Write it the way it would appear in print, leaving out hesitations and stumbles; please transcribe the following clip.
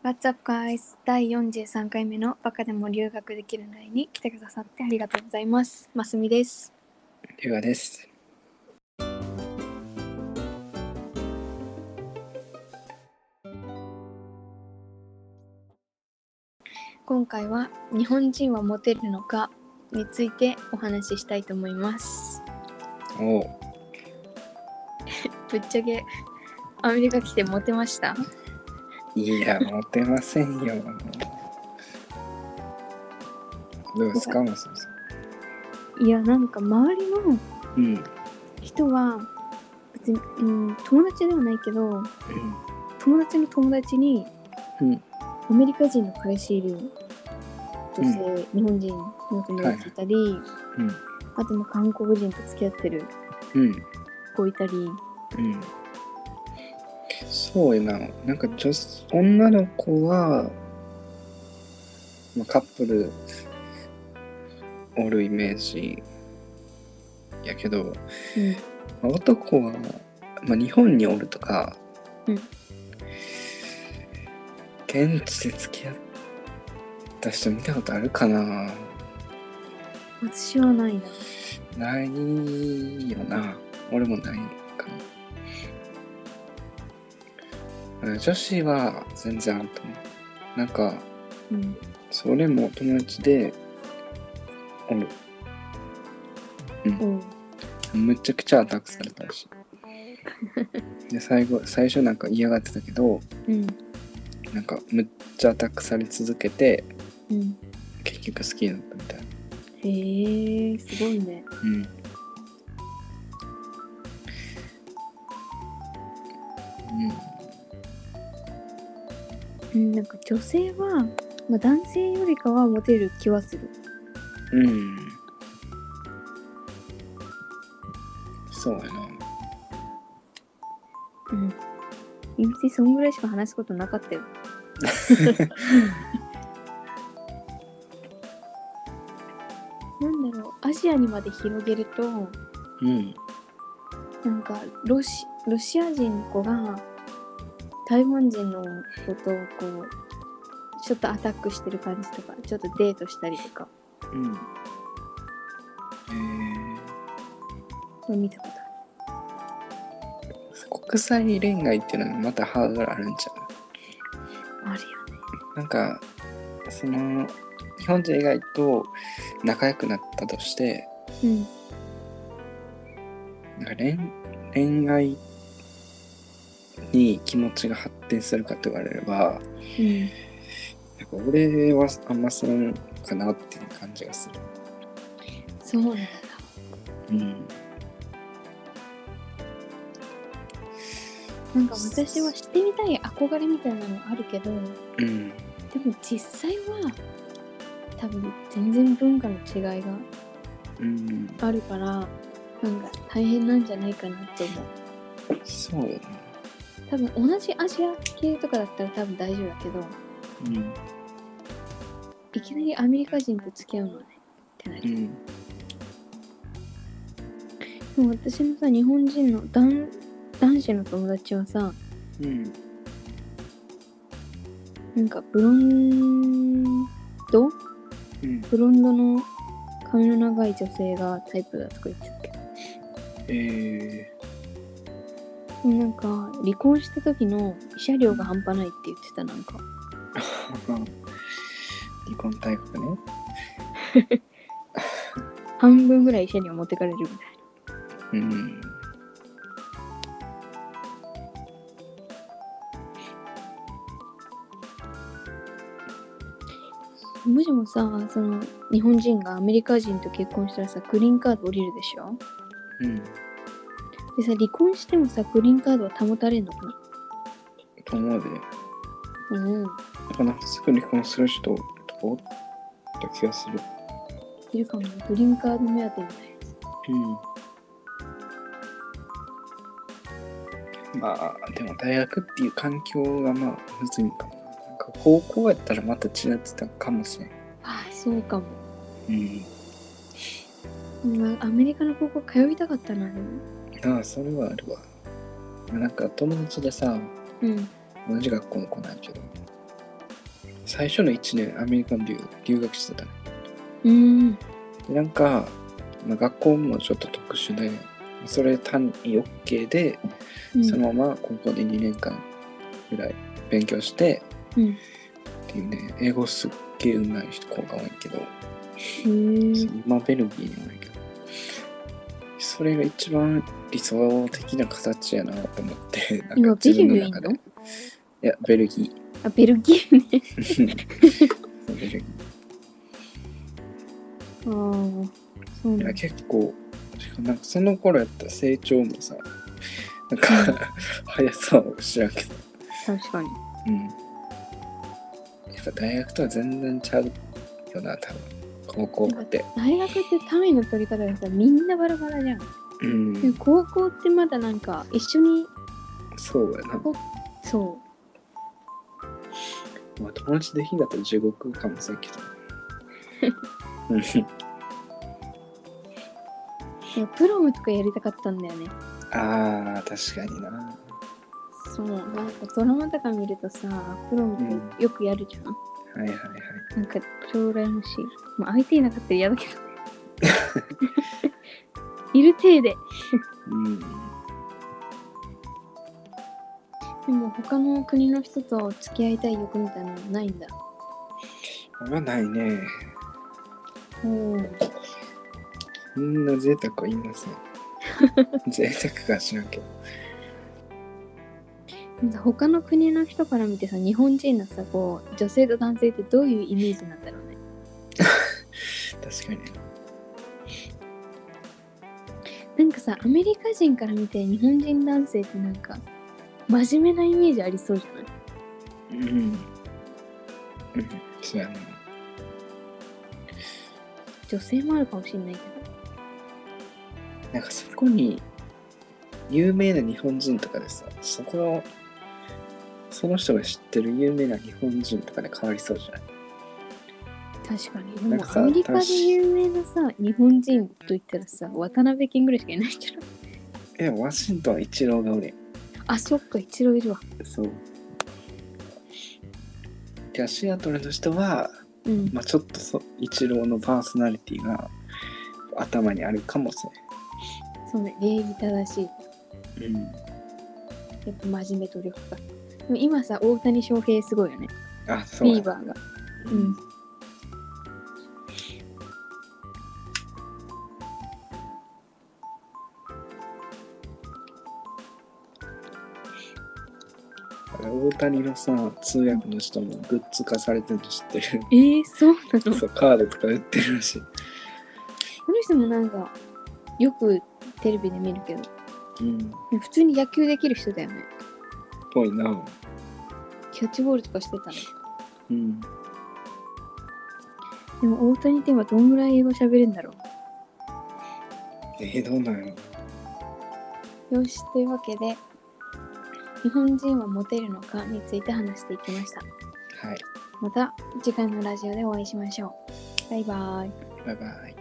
What's up guys? 第43回目のバカでも留学できる内に来てくださってありがとうございます。ますみです。 りゅうがです。 今回は日本人はモテるのかについてお話ししたいと思います。 おう。 ぶっちゃけアメリカ来てモテました？ いや、モテませんよ。どうですか、マスミさいや、なんか周りのん。 人は別に、友達ではないけど、友達の友達にアメリカ人の彼氏いる女性、日本人の友達いたり、あとも韓国人と付き合ってる子いたり、 そうやな。なんか女の子は、カップルおるイメージやけど、男は、日本におるとか、現地で付き合った人見たことあるかな？ 私はないな。 ないよな。俺もないかも。女子は全然あると思う。なんか、それも友達でおる。むちゃくちゃアタックされたし。で、最初なんか嫌がってたけど、なんかむっちゃアタックされ続けて、結局好きになったみたいな。 へえ、すごいね。なんか女性は、男性よりかはモテる気はする。 そうやな。 別にそんぐらいしか話すことなかったよ。なんだろう、アジアにまで広げると、なんかロシア人の子が台湾人の子とこうちょっとアタックしてる感じとか、ちょっとデートしたりとか、見たことある。 国際恋愛っていうのはまたハードルあるんちゃう？ あるよね。 なんかその日本人以外と仲良くなったとして、なんか恋愛に気持ちが発展するかと言われれば、なんか俺はあんませんかなっていう感じがする。 そうなんだ。なんか私はしてみたい憧れみたいなのあるけど、でも実際は多分全然文化の違いがあるから、なんか大変なんじゃないかなと思う。 そうよね。 多分同じアジア系とかだったら多分大丈夫だけど、いきなりアメリカ人と付き合うのはねってなる。でも私のさ、日本人の男子の友達はさ、なんかブロンドの髪の長い女性がタイプだとか言ってたけど、なんか離婚した時の慰謝料が半端ないって言ってた。なんか離婚大国ね。 半分ぐらい慰謝料持ってかれるみたいな。もしもさ、その日本人がアメリカ人と結婚したらさ、グリーンカード降りるでしょ。でさ、離婚してもさ、グリーンカードは保たれんのかなと思うで。だからすぐ離婚する人とかおった気がする。 いるかもね。グリーンカード目当てみたいな。でも大学っていう環境がむずいんかも。なんか高校やったらまた違ってたかもしれん。 そうかも。アメリカの高校通いたかったな。でもそれはあるわ。なんか友達でさ、同じ学校の子なんやけど、 最初の1年アメリカの留学してたね。でなんか、学校もちょっと特殊で、それ単位 OK で、そのまま高校で2年間ぐらい勉強して、っていうね、英語すっげえうまい人が多いけど、今ベルギーに多いけど、それが一番理想的な形やなと思って、なんか自分の中で。いや、ベルギー。 あ、ベルギーね。 そう、ベルギー。 そういや、結構、なんかその頃やったら成長もさ、なんか、速さを知らんけど。 確かに。 やっぱ大学とは全然ちゃうよな、多分。高校って。 大学って単位の取り方がさ、みんなバラバラじゃん。で高校ってまだなんか一緒に。 そうやな。 そう。 まあ友達できんだったら地獄かもしれんけど。 プロムとかやりたかったんだよね。 ああ、確かにな。 そう、なんかドラマとか見るとさ、プロムってよくやるじゃん。 はいはいはい。 なんか超羨ましい。まあ相手いなかったら嫌だけど。いる体で。でも他の国の人と付き合いたい欲みたいなのないんだ。 俺はないね。そんな贅沢は言いません。贅沢かしらんけど。 他の国の人から見てさ、日本人のさ、こう女性と男性ってどういうイメージなんだろうね。 確かに。 なんかさ、アメリカ人から見て日本人男性ってなんか真面目なイメージありそうじゃない？ そうやな。 女性もあるかもしれないけど。 なんかそこに有名な日本人とかでさ、その人が知ってる有名な日本人とかで変わりそうじゃない？ 確かに。でもアメリカで有名なさ、日本人と言ったらさ、渡辺謙ぐらいしかいないじゃん。ワシントンはイチローがおれん。 あ、そっか、イチローいるわ。 そう。じゃあシアトルの人は、ちょっとイチローのパーソナリティが頭にあるかもしれない。 そうね、礼儀正しい。やっぱ真面目と力が。でも今さ、大谷翔平すごいよね。 あ、そう。 ビーバーが。 大谷のさ、通訳の人もグッズ化されてるの知ってる？ そうなの？ そう、カードとか売ってるらしい。 この人もなんかよくテレビで見るけど、普通に野球できる人だよね。 ぽいな。 キャッチボールとかしてたね。でも大谷って今どんぐらい英語喋れるんだろう？ どうなんやろ。よし、というわけで日本人はモテるのかについて話していきました。 はい。 また次回のラジオでお会いしましょう。バイバイ。 バイバイ。